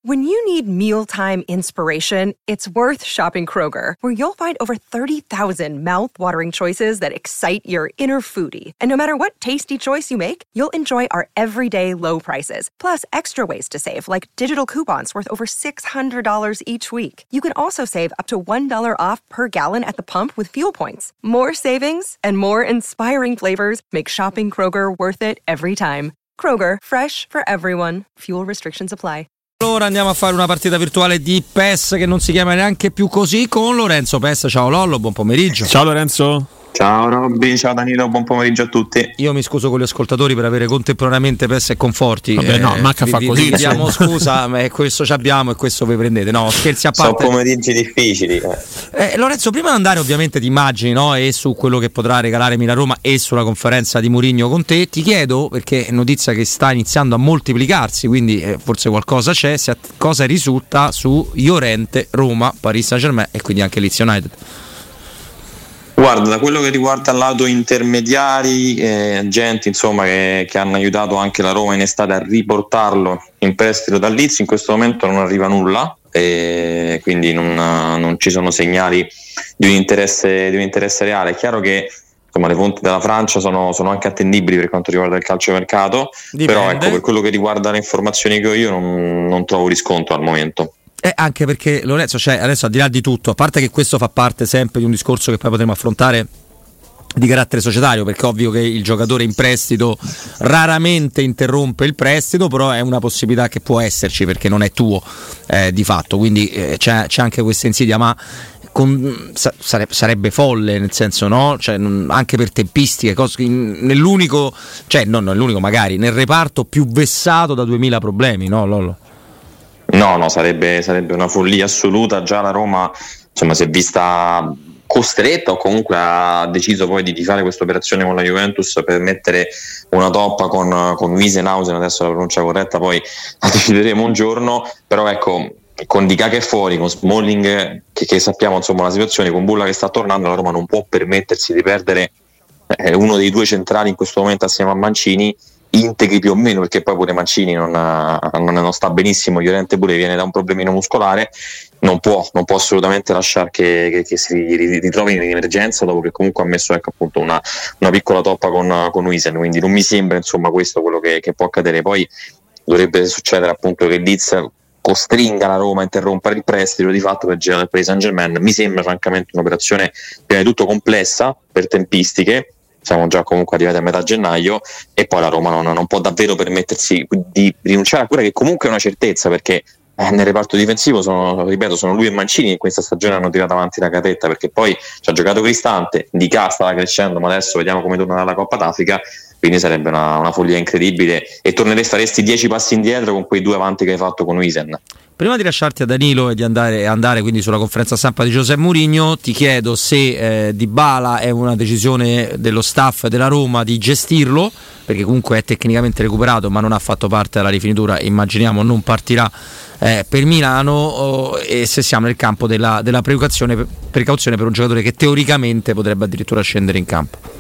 When you need mealtime inspiration, it's worth shopping Kroger, where you'll find over 30,000 mouth-watering choices that excite your inner foodie. And no matter what tasty choice you make, you'll enjoy our everyday low prices, plus extra ways to save, like digital coupons worth over $600 each week. You can also save up to $1 off per gallon at the pump with fuel points. More savings and more inspiring flavors make shopping Kroger worth it every time. Kroger, fresh for everyone. Fuel restrictions apply. Allora andiamo a fare una partita virtuale di PES che non si chiama neanche più così con Lorenzo PES. Ciao Lollo, buon pomeriggio. Ciao Lorenzo. Ciao Robby, ciao Danilo, buon pomeriggio a tutti. Io mi scuso con gli ascoltatori per avere contemporaneamente PES e Conforti. Vabbè, no, manca fa così. Chiediamo scusa, ma questo ci abbiamo e questo vi prendete. No, scherzi a parte. Sono pomeriggi difficili. Lorenzo, prima di andare ovviamente di immagini, no, e su quello che potrà regalare Milan-Roma e sulla conferenza di Mourinho con te, ti chiedo, perché è notizia che sta iniziando a moltiplicarsi, quindi forse qualcosa c'è, se cosa risulta su Llorente, Roma, Paris Saint-Germain e quindi anche Leeds United. Guarda, da quello che riguarda il lato intermediari, agenti insomma che hanno aiutato anche la Roma in estate a riportarlo in prestito dal Leeds, in questo momento non arriva nulla, e quindi non ci sono segnali di un interesse reale. È chiaro che insomma le fonti della Francia sono anche attendibili per quanto riguarda il calciomercato, però ecco, per quello che riguarda le informazioni che ho io non trovo riscontro al momento. Anche perché Lorenzo, adesso al di là di tutto, a parte che questo fa parte sempre di un discorso che poi potremo affrontare di carattere societario, perché è ovvio che il giocatore in prestito raramente interrompe il prestito, però è una possibilità che può esserci perché non è tuo di fatto, quindi c'è anche questa insidia, ma sarebbe folle, nel senso, no? Anche per tempistiche, nell'unico, non nell'unico, magari nel reparto più vessato da 2000 problemi, no Lollo? No, sarebbe una follia assoluta. Già la Roma insomma si è vista costretta, o comunque ha deciso poi di fare questa operazione con la Juventus per mettere una toppa con Wiesenhausen, adesso la pronuncia corretta poi la decideremo un giorno, però ecco, con Di Caca fuori, con Smalling che sappiamo insomma la situazione, con Bulla che sta tornando, la Roma non può permettersi di perdere uno dei due centrali in questo momento assieme a Mancini, integri più o meno, perché poi pure Mancini non sta benissimo, Llorente pure viene da un problemino muscolare, non può assolutamente lasciare che si ritrovi in emergenza, dopo che comunque ha messo appunto una piccola toppa con Wiesen, quindi non mi sembra insomma questo quello che può accadere. Poi dovrebbe succedere appunto che Leeds costringa la Roma a interrompere il prestito di fatto per girare il Paris Saint-Germain. Mi sembra francamente un'operazione prima di tutto complessa per tempistiche, siamo già comunque arrivati a metà gennaio, e poi la Roma non può davvero permettersi di rinunciare a quella che comunque è una certezza, perché nel reparto difensivo sono lui e Mancini che in questa stagione hanno tirato avanti la catetta, perché poi ci ha giocato Cristante, Di Ca stava crescendo, ma adesso vediamo come torna dalla Coppa d'Africa, quindi sarebbe una follia incredibile e faresti 10 passi indietro con quei due avanti che hai fatto con Wiesen. Prima di lasciarti a Danilo e di andare quindi sulla conferenza stampa di José Mourinho, ti chiedo se Dybala è una decisione dello staff della Roma di gestirlo, perché comunque è tecnicamente recuperato ma non ha fatto parte della rifinitura, immaginiamo non partirà per Milano, e se siamo nel campo della precauzione per un giocatore che teoricamente potrebbe addirittura scendere in campo.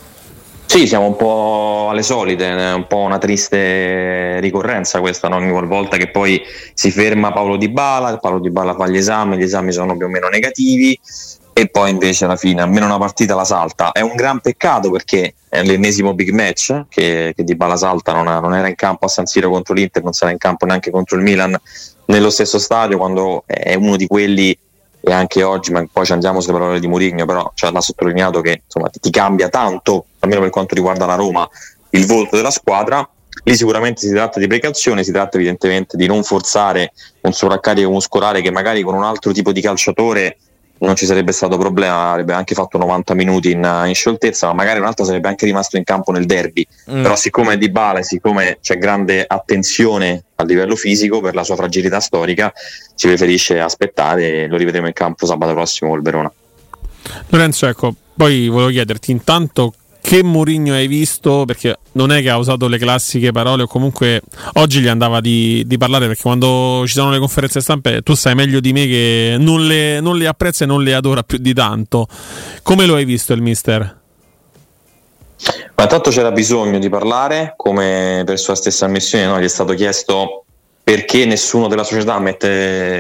Sì, siamo un po' alle solite, è un po' una triste ricorrenza questa, no? Ogni volta che poi si ferma Paulo Dybala fa gli esami sono più o meno negativi, e poi invece alla fine almeno una partita la salta. È un gran peccato perché è l'ennesimo big match che Dybala salta, non era in campo a San Siro contro l'Inter, non sarà in campo neanche contro il Milan nello stesso stadio, quando è uno di quelli. E anche oggi, ma poi ci andiamo sulle parole di Mourinho, però l'ha sottolineato che insomma ti cambia tanto, almeno per quanto riguarda la Roma, il volto della squadra. Lì sicuramente si tratta di precauzione, si tratta evidentemente di non forzare un sovraccarico muscolare che magari con un altro tipo di calciatore non ci sarebbe stato problema, avrebbe anche fatto 90 minuti in scioltezza, ma magari un altro sarebbe anche rimasto in campo nel derby. Però siccome è Dybala, siccome c'è grande attenzione a livello fisico per la sua fragilità storica, si preferisce aspettare e lo rivedremo in campo sabato prossimo col Verona. Lorenzo, ecco, poi volevo chiederti intanto che Mourinho hai visto, perché non è che ha usato le classiche parole, o comunque oggi gli andava di parlare, perché quando ci sono le conferenze stampe tu sai meglio di me che non le apprezza e non le adora più di tanto. Come lo hai visto il mister? Ma intanto c'era bisogno di parlare, come per sua stessa ammissione, no? Gli è stato chiesto perché nessuno della società mette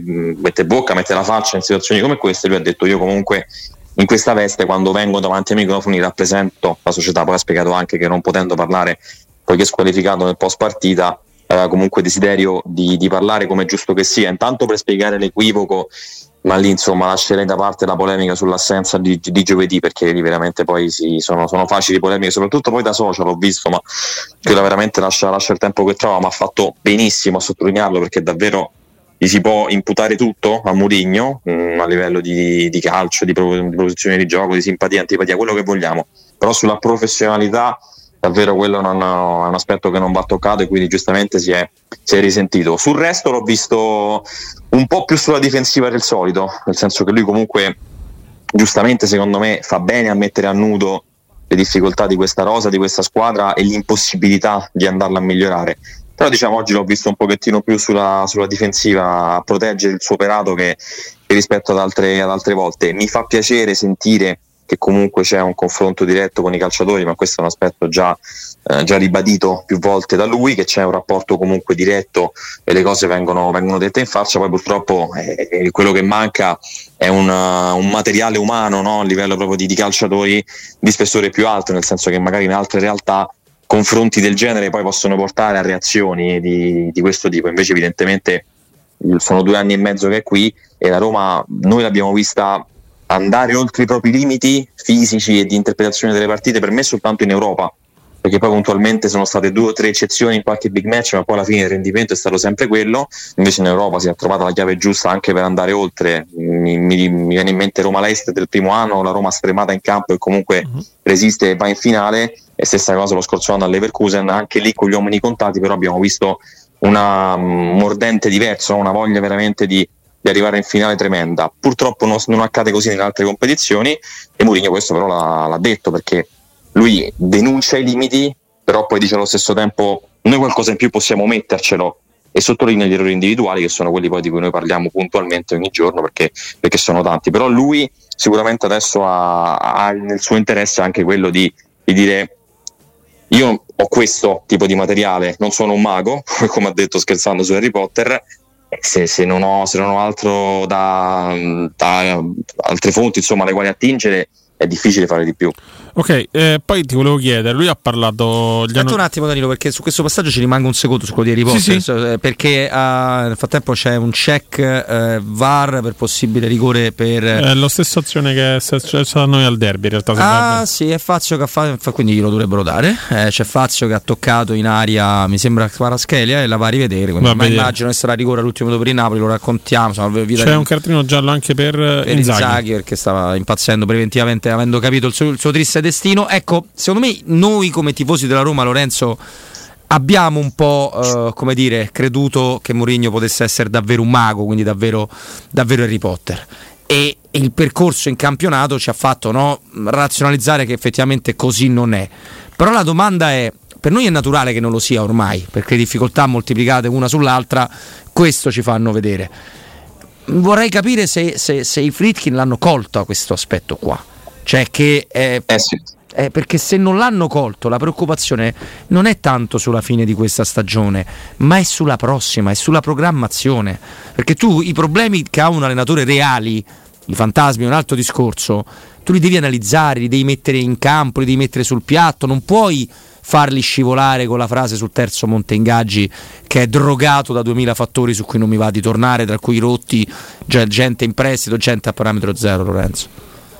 bocca, mette la faccia in situazioni come queste. Lui ha detto: io comunque in questa veste, quando vengo davanti ai microfoni, rappresento la società. Poi ha spiegato anche che non potendo parlare, poiché squalificato nel post partita, aveva comunque desiderio di parlare, come è giusto che sia, intanto per spiegare l'equivoco, ma lì insomma lascerei da parte la polemica sull'assenza di giovedì, perché lì veramente poi sono facili polemiche, soprattutto poi da social, ho visto, ma quella veramente lascia il tempo che trova. Ma ha fatto benissimo a sottolinearlo, perché davvero gli si può imputare tutto a Mourinho, a livello di calcio, di posizione di gioco, di simpatia, antipatia, quello che vogliamo, però sulla professionalità davvero quello è un aspetto che non va toccato, e quindi giustamente si è risentito. Sul resto l'ho visto un po' più sulla difensiva del solito, nel senso che lui comunque giustamente, secondo me, fa bene a mettere a nudo le difficoltà di questa rosa, di questa squadra, e l'impossibilità di andarla a migliorare. Però diciamo oggi l'ho visto un pochettino più sulla difensiva, a proteggere il suo operato che rispetto ad altre volte. Mi fa piacere sentire che comunque c'è un confronto diretto con i calciatori, ma questo è un aspetto già ribadito più volte da lui, che c'è un rapporto comunque diretto e le cose vengono dette in faccia. Poi purtroppo quello che manca è un materiale umano, no? A livello proprio di calciatori di spessore più alto, nel senso che magari in altre realtà confronti del genere poi possono portare a reazioni di questo tipo. Invece evidentemente sono 2 anni e mezzo che è qui, e la Roma noi l'abbiamo vista andare oltre i propri limiti fisici e di interpretazione delle partite, per me soltanto in Europa, perché poi puntualmente sono state 2 o 3 eccezioni in qualche big match, ma poi alla fine il rendimento è stato sempre quello. Invece in Europa si è trovata la chiave giusta anche per andare oltre. Mi viene in mente Roma-Leicester del primo anno, la Roma stremata in campo e comunque resiste e va in finale, e stessa cosa lo scorso anno a Leverkusen, anche lì con gli uomini contati, però abbiamo visto un mordente diverso, una voglia veramente di arrivare in finale tremenda. Purtroppo non accade così nelle altre competizioni, e Mourinho questo però l'ha detto, perché lui denuncia i limiti, però poi dice allo stesso tempo: noi qualcosa in più possiamo mettercelo, e sottolinea gli errori individuali, che sono quelli poi di cui noi parliamo puntualmente ogni giorno, perché sono tanti. Però lui sicuramente adesso ha nel suo interesse anche quello di dire: io ho questo tipo di materiale, non sono un mago, come ha detto scherzando su Harry Potter, se non ho altro da altre fonti, insomma, alle quali attingere, è difficile fare di più. Ok, poi ti volevo chiedere, lui ha parlato... Aspetta un attimo Danilo, perché su questo passaggio ci rimango un secondo su quello di Harry Potter, sì. Perché nel frattempo c'è un check VAR per possibile rigore per... lo stesso azione che è stata a noi al derby, in realtà. Sì, è Fazio che ha fatto, quindi glielo dovrebbero dare. C'è Fazio che ha toccato in aria, mi sembra, Kvaratskhelia, e la va a rivedere, ma immagino che sarà rigore all'ultimo dopo il Napoli, lo raccontiamo. C'è un cartellino giallo anche per Inzaghi, perché stava impazzendo preventivamente, avendo capito il suo triste destino. Ecco, secondo me noi come tifosi della Roma, Lorenzo, abbiamo un po' creduto che Mourinho potesse essere davvero un mago, quindi davvero Harry Potter, e il percorso in campionato ci ha fatto razionalizzare che effettivamente così non è. Però la domanda è: per noi è naturale che non lo sia ormai, perché le difficoltà moltiplicate una sull'altra questo ci fanno vedere. Vorrei capire se i Friedkin l'hanno colto a questo aspetto qua. Cioè che sì. Perché se non l'hanno colto, la preoccupazione non è tanto sulla fine di questa stagione, ma è sulla prossima, è sulla programmazione. Perché tu i problemi che ha un allenatore reali, i fantasmi è un altro discorso, tu li devi analizzare, li devi mettere in campo, li devi mettere sul piatto, non puoi farli scivolare con la frase sul terzo Monte Ingaggi che è drogato da 2000 fattori su cui non mi va di tornare, tra cui rotti, gente in prestito, gente a parametro zero, Lorenzo.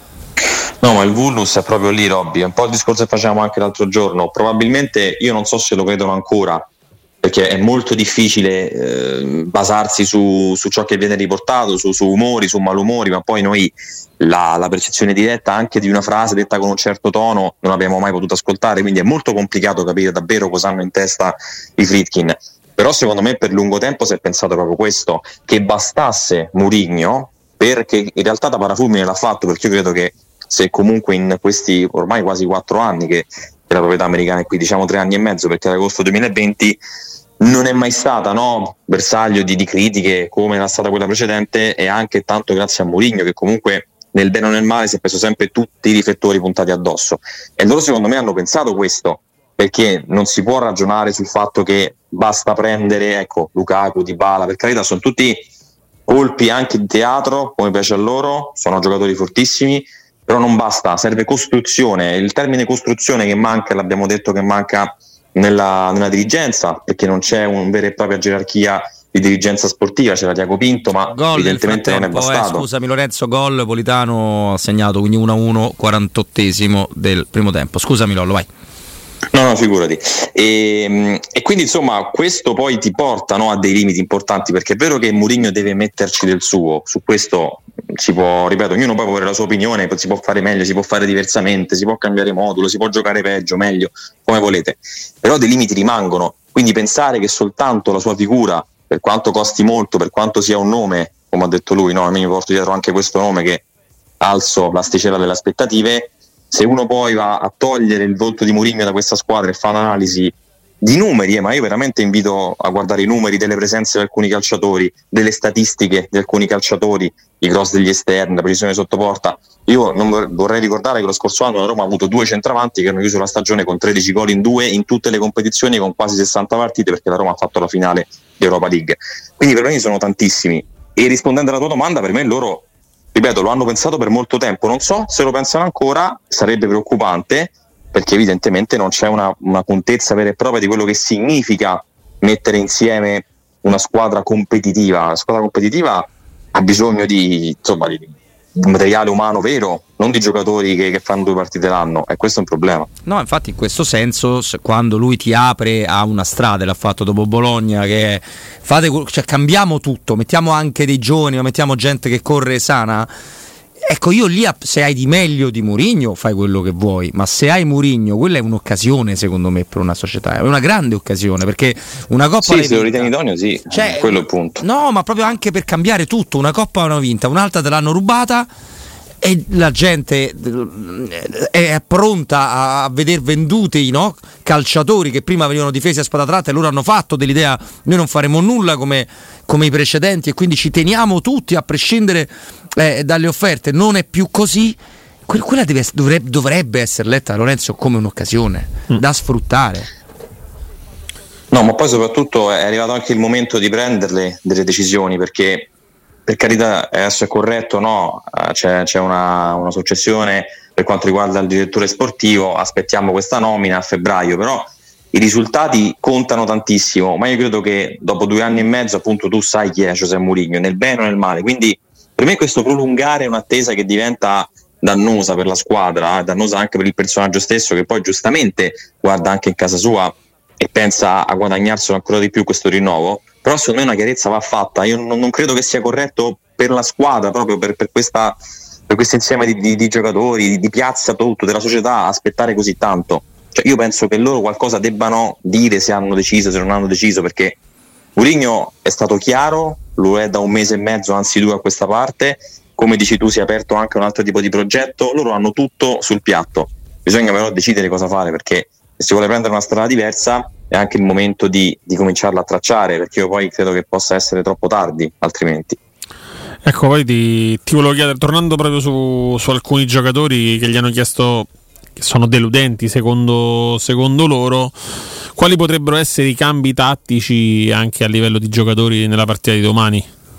No, ma il vulnus è proprio lì, Robby. È un po' il discorso che facevamo anche l'altro giorno. Probabilmente, io non so se lo credono ancora, perché è molto difficile basarsi su ciò che viene riportato, su umori, su malumori, ma poi noi la percezione diretta anche di una frase detta con un certo tono non l'abbiamo mai potuto ascoltare, quindi è molto complicato capire davvero cosa hanno in testa i Friedkin. Però secondo me per lungo tempo si è pensato proprio questo, che bastasse Mourinho, perché in realtà da parafulmine l'ha fatto, perché io credo che se comunque in questi ormai quasi 4 anni che la proprietà americana è qui, diciamo 3 anni e mezzo, perché ad agosto 2020 non è mai stata bersaglio di critiche come era stata quella precedente, e anche tanto grazie a Mourinho, che comunque nel bene o nel male si è preso sempre tutti i riflettori puntati addosso. E loro secondo me hanno pensato questo, perché non si può ragionare sul fatto che basta prendere, ecco, Lukaku, Dybala, per carità, sono tutti colpi anche di teatro, come piace a loro, sono giocatori fortissimi, però non basta, serve costruzione. Il termine costruzione che manca, l'abbiamo detto che manca nella dirigenza, perché non c'è una vera e propria gerarchia di dirigenza sportiva, c'era Tiago Pinto, ma gol evidentemente non è bastato. Scusami Lorenzo, gol Politano ha segnato, quindi 1-1, 48esimo del primo tempo. Scusami Lollo, vai. No, figurati. E quindi insomma questo poi ti porta, no, a dei limiti importanti, perché è vero che Mourinho deve metterci del suo, su questo si può, ripeto, ognuno può avere la sua opinione, si può fare meglio, si può fare diversamente, si può cambiare modulo, si può giocare peggio, meglio, come volete, però dei limiti rimangono. Quindi pensare che soltanto la sua figura, per quanto costi molto, per quanto sia un nome, come ha detto lui, no, a me mi porto dietro anche questo nome che alzo l'asticella delle aspettative, se uno poi va a togliere il volto di Mourinho da questa squadra e fa un'analisi di numeri, ma io veramente invito a guardare i numeri delle presenze di alcuni calciatori, delle statistiche di alcuni calciatori, i cross degli esterni, la precisione sotto porta. Io non vorrei ricordare che lo scorso anno la Roma ha avuto 2 centravanti che hanno chiuso la stagione con 13 gol in 2 in tutte le competizioni, con quasi 60 partite, perché la Roma ha fatto la finale di Europa League. Quindi per me sono tantissimi, e rispondendo alla tua domanda, per me loro, ripeto, lo hanno pensato per molto tempo, non so se lo pensano ancora, sarebbe preoccupante, perché evidentemente non c'è una contezza vera e propria di quello che significa mettere insieme una squadra competitiva. La squadra competitiva ha bisogno di materiale umano vero, non di giocatori che fanno 2 partite l'anno, e questo è un problema. No, infatti in questo senso, quando lui ti apre a una strada, l'ha fatto dopo Bologna, che cambiamo tutto, mettiamo anche dei giovani, ma mettiamo gente che corre sana. Ecco, io lì, se hai di meglio di Mourinho fai quello che vuoi, ma se hai Mourinho, quella è un'occasione secondo me per una società, è una grande occasione, perché una coppa se lo ritieni idoneo, sì, quello è il punto. No, ma proprio anche per cambiare tutto, una coppa l'hanno vinta, un'altra te l'hanno rubata e la gente è pronta a veder venduti, no? Calciatori che prima venivano difesi a spada tratta, e loro hanno fatto dell'idea noi non faremo nulla come i precedenti, e quindi ci teniamo tutti a prescindere dalle offerte. Non è più così. Quella dovrebbe essere letta, Lorenzo, come un'occasione da sfruttare. No, ma poi soprattutto è arrivato anche il momento di prenderle delle decisioni, perché per carità adesso è corretto, no? C'è una successione per quanto riguarda il direttore sportivo, aspettiamo questa nomina a febbraio, però i risultati contano tantissimo, ma io credo che dopo 2 anni e mezzo appunto tu sai chi è José Mourinho, nel bene o nel male, quindi per me questo prolungare è un'attesa che diventa dannosa per la squadra, dannosa anche per il personaggio stesso, che poi giustamente guarda anche in casa sua e pensa a guadagnarselo ancora di più questo rinnovo. Però secondo me una chiarezza va fatta. Io non credo che sia corretto per la squadra, proprio per questo insieme di giocatori, di piazza, tutto, della società, aspettare così tanto. Cioè, io penso che loro qualcosa debbano dire, se hanno deciso, se non hanno deciso, perché Mourinho è stato chiaro, lo è da 1 mese e mezzo, anzi 2 a questa parte. Come dici tu, si è aperto anche un altro tipo di progetto, loro hanno tutto sul piatto, bisogna però decidere cosa fare, perché se si vuole prendere una strada diversa è anche il momento di cominciarla a tracciare, perché io poi credo che possa essere troppo tardi altrimenti. Ecco, poi ti volevo chiedere, tornando proprio su alcuni giocatori che gli hanno chiesto, che sono deludenti secondo loro, quali potrebbero essere i cambi tattici anche a livello di giocatori nella partita di domani?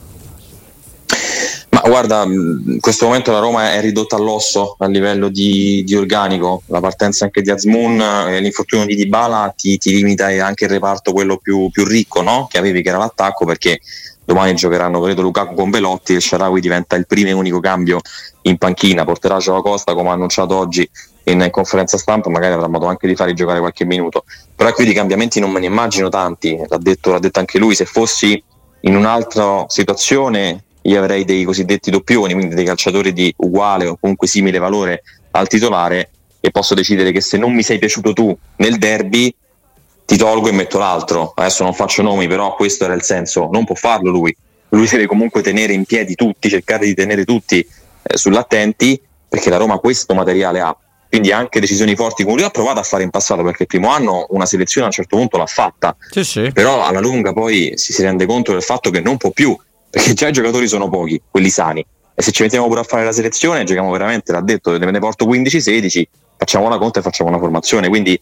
Ma guarda, in questo momento la Roma è ridotta all'osso a livello di organico, la partenza anche di Azmoun, l'infortunio di Dybala ti limita anche il reparto quello più ricco, no? Che avevi, che era l'attacco, perché domani giocheranno, credo, Lukaku con Belotti, e Shaarawy diventa il primo e unico cambio in panchina, porterà Joao Costa come ha annunciato oggi in conferenza stampa, magari avrà modo anche di fargli giocare qualche minuto, però qui di cambiamenti non me ne immagino tanti, l'ha detto anche lui. Se fossi in un'altra situazione io avrei dei cosiddetti doppioni, quindi dei calciatori di uguale o comunque simile valore al titolare, e posso decidere che se non mi sei piaciuto tu nel derby ti tolgo e metto l'altro. Adesso non faccio nomi, però questo era il senso. Non può farlo lui deve comunque tenere in piedi tutti, cercare di tenere tutti sull'attenti, perché la Roma questo materiale ha, quindi anche decisioni forti come lui ha provato a fare in passato, perché il primo anno una selezione a un certo punto l'ha fatta, sì. Però alla lunga poi si rende conto del fatto che non può più, perché già i giocatori sono pochi, quelli sani, e se ci mettiamo pure a fare la selezione giochiamo veramente, l'ha detto, ne porto 15-16, facciamo una conta e facciamo una formazione. Quindi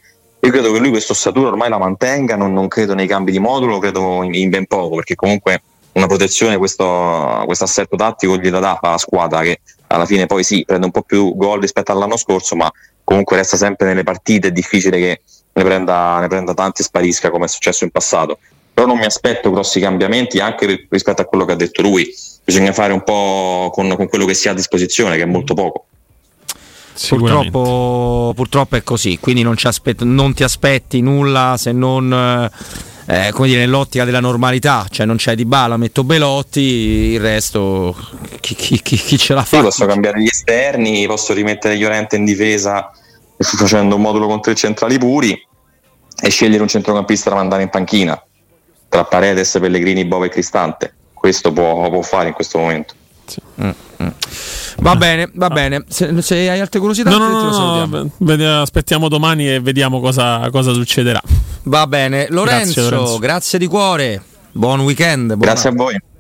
Io credo che lui questa ossatura ormai la mantenga, non credo nei cambi di modulo, credo in ben poco, perché comunque una protezione questo assetto tattico gliela dà alla squadra, che alla fine poi sì, prende un po' più gol rispetto all'anno scorso, ma comunque resta sempre nelle partite, è difficile che ne prenda tanti e sparisca come è successo in passato. Però non mi aspetto grossi cambiamenti anche rispetto a quello che ha detto lui, bisogna fare un po' con quello che si ha a disposizione, che è molto poco. Purtroppo è così, quindi non ti aspetti nulla se non come dire, nell'ottica della normalità, cioè non c'è Dybala, metto Belotti, il resto chi ce la fa? Io posso cambiare gli esterni, posso rimettere Llorente in difesa facendo un modulo con 3 centrali puri e scegliere un centrocampista da mandare in panchina tra Paredes, Pellegrini, Bova e Cristante. Questo può fare in questo momento. Sì. Va bene. Se hai altre curiosità, no, aspettiamo domani e vediamo cosa succederà. Va bene, Lorenzo, grazie di cuore. Buon weekend. Grazie a voi.